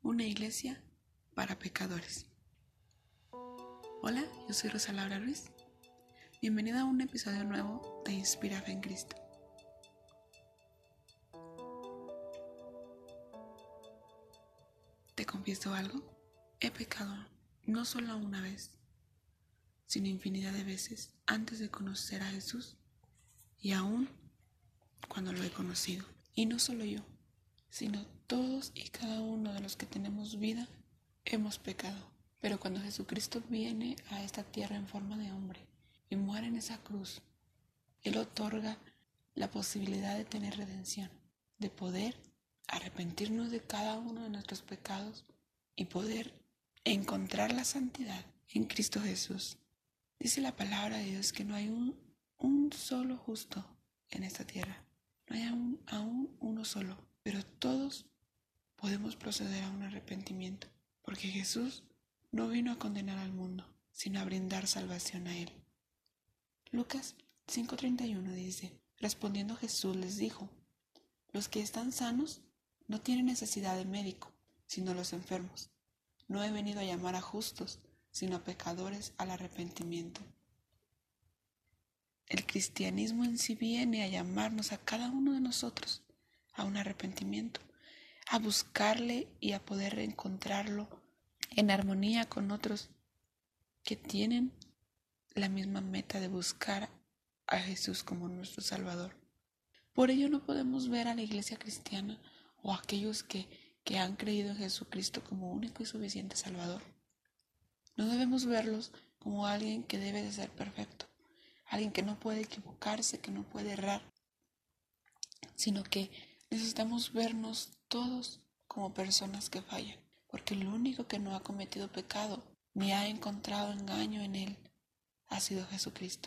Una iglesia para pecadores. Hola, yo soy Rosa Laura Ruiz. Bienvenida a un episodio nuevo de Inspira Fe en Cristo. ¿Te confieso algo? He pecado no solo una vez, sino infinidad de veces antes de conocer a Jesús y aún cuando lo he conocido. Y no solo yo, sino todos y cada uno de los que tenemos vida hemos pecado. Pero cuando Jesucristo viene a esta tierra en forma de hombre y muere en esa cruz, Él otorga la posibilidad de tener redención, de poder arrepentirnos de cada uno de nuestros pecados y poder encontrar la santidad en Cristo Jesús. Dice la palabra de Dios que no hay un solo justo en esta tierra. No hay aún uno solo, pero todos podemos proceder a un arrepentimiento, porque Jesús no vino a condenar al mundo, sino a brindar salvación a él. Lucas 5:31 dice: respondiendo Jesús les dijo: los que están sanos no tienen necesidad de médico, sino los enfermos. No he venido a llamar a justos, sino a pecadores al arrepentimiento. El cristianismo en sí viene a llamarnos a cada uno de nosotros a un arrepentimiento, a buscarle y a poder encontrarlo en armonía con otros que tienen la misma meta de buscar a Jesús como nuestro Salvador. Por ello no podemos ver a la iglesia cristiana o a aquellos que han creído en Jesucristo como único y suficiente Salvador. No debemos verlos como alguien que debe de ser perfecto, alguien que no puede equivocarse, que no puede errar, sino que necesitamos vernos todos como personas que fallan, porque el único que no ha cometido pecado ni ha encontrado engaño en él ha sido Jesucristo.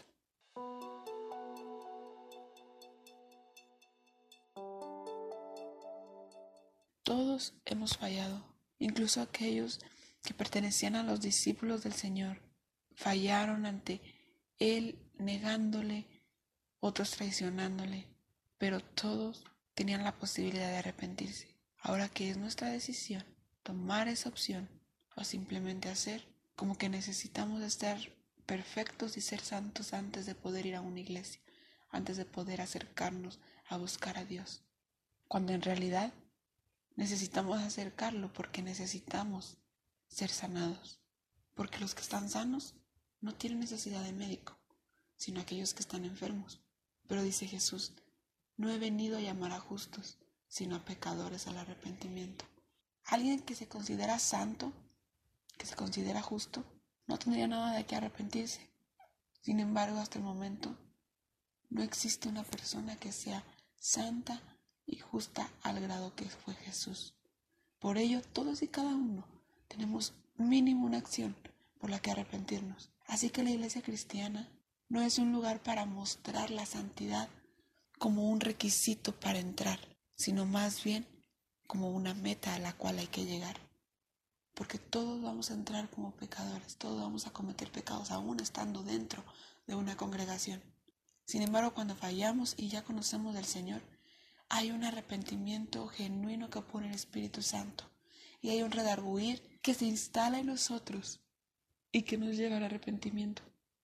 Todos hemos fallado, incluso aquellos que pertenecían a los discípulos del Señor fallaron ante Él, negándole, otros traicionándole, pero todos tenían la posibilidad de arrepentirse. Ahora que es nuestra decisión tomar esa opción o simplemente hacer como que necesitamos estar perfectos y ser santos antes de poder ir a una iglesia, antes de poder acercarnos a buscar a Dios, cuando en realidad necesitamos acercarlo porque necesitamos ser sanados, porque los que están sanos no tienen necesidad de médico, sino aquellos que están enfermos. Pero dice Jesús: no he venido a llamar a justos, sino a pecadores al arrepentimiento. Alguien que se considera santo, que se considera justo, no tendría nada de qué arrepentirse. Sin embargo, hasta el momento, no existe una persona que sea santa y justa al grado que fue Jesús. Por ello, todos y cada uno tenemos mínimo una acción por la que arrepentirnos. Así que la iglesia cristiana no es un lugar para mostrar la santidad como un requisito para entrar, sino más bien como una meta a la cual hay que llegar. Porque todos vamos a entrar como pecadores, todos vamos a cometer pecados aún estando dentro de una congregación. Sin embargo, cuando fallamos y ya conocemos del Señor, hay un arrepentimiento genuino que pone el Espíritu Santo y hay un redarguir que se instala en nosotros y que nos lleva al arrepentimiento.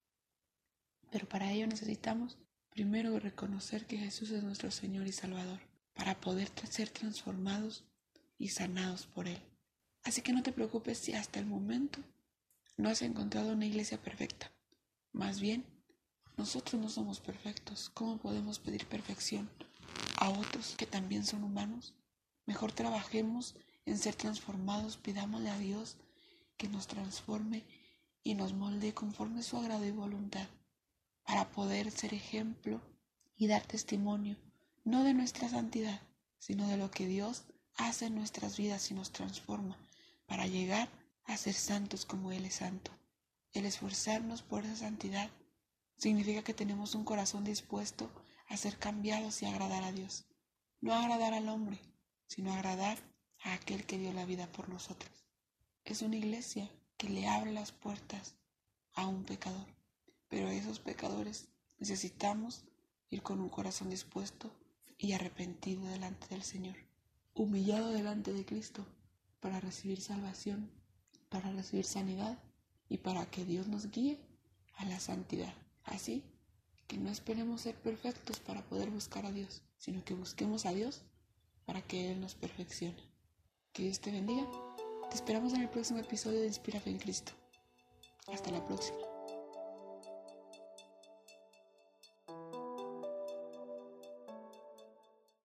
Pero para ello necesitamos primero reconocer que Jesús es nuestro Señor y Salvador, para poder ser transformados y sanados por Él. Así que no te preocupes si hasta el momento no has encontrado una iglesia perfecta. Más bien, nosotros no somos perfectos. ¿Cómo podemos pedir perfección a otros que también son humanos? Mejor trabajemos en ser transformados, pidámosle a Dios que nos transforme y nos molde conforme a su agrado y voluntad, para poder ser ejemplo y dar testimonio, no de nuestra santidad, sino de lo que Dios hace en nuestras vidas y nos transforma, para llegar a ser santos como Él es santo. El esforzarnos por esa santidad significa que tenemos un corazón dispuesto a ser cambiados y agradar a Dios. No agradar al hombre, sino agradar a aquel que dio la vida por nosotros. Es una iglesia que le abre las puertas a un pecador. Pero esos pecadores necesitamos ir con un corazón dispuesto y arrepentido delante del Señor, humillado delante de Cristo, para recibir salvación, para recibir sanidad y para que Dios nos guíe a la santidad. Así que no esperemos ser perfectos para poder buscar a Dios, sino que busquemos a Dios para que Él nos perfeccione. Que Dios te bendiga. Te esperamos en el próximo episodio de Inspira Fe en Cristo. Hasta la próxima.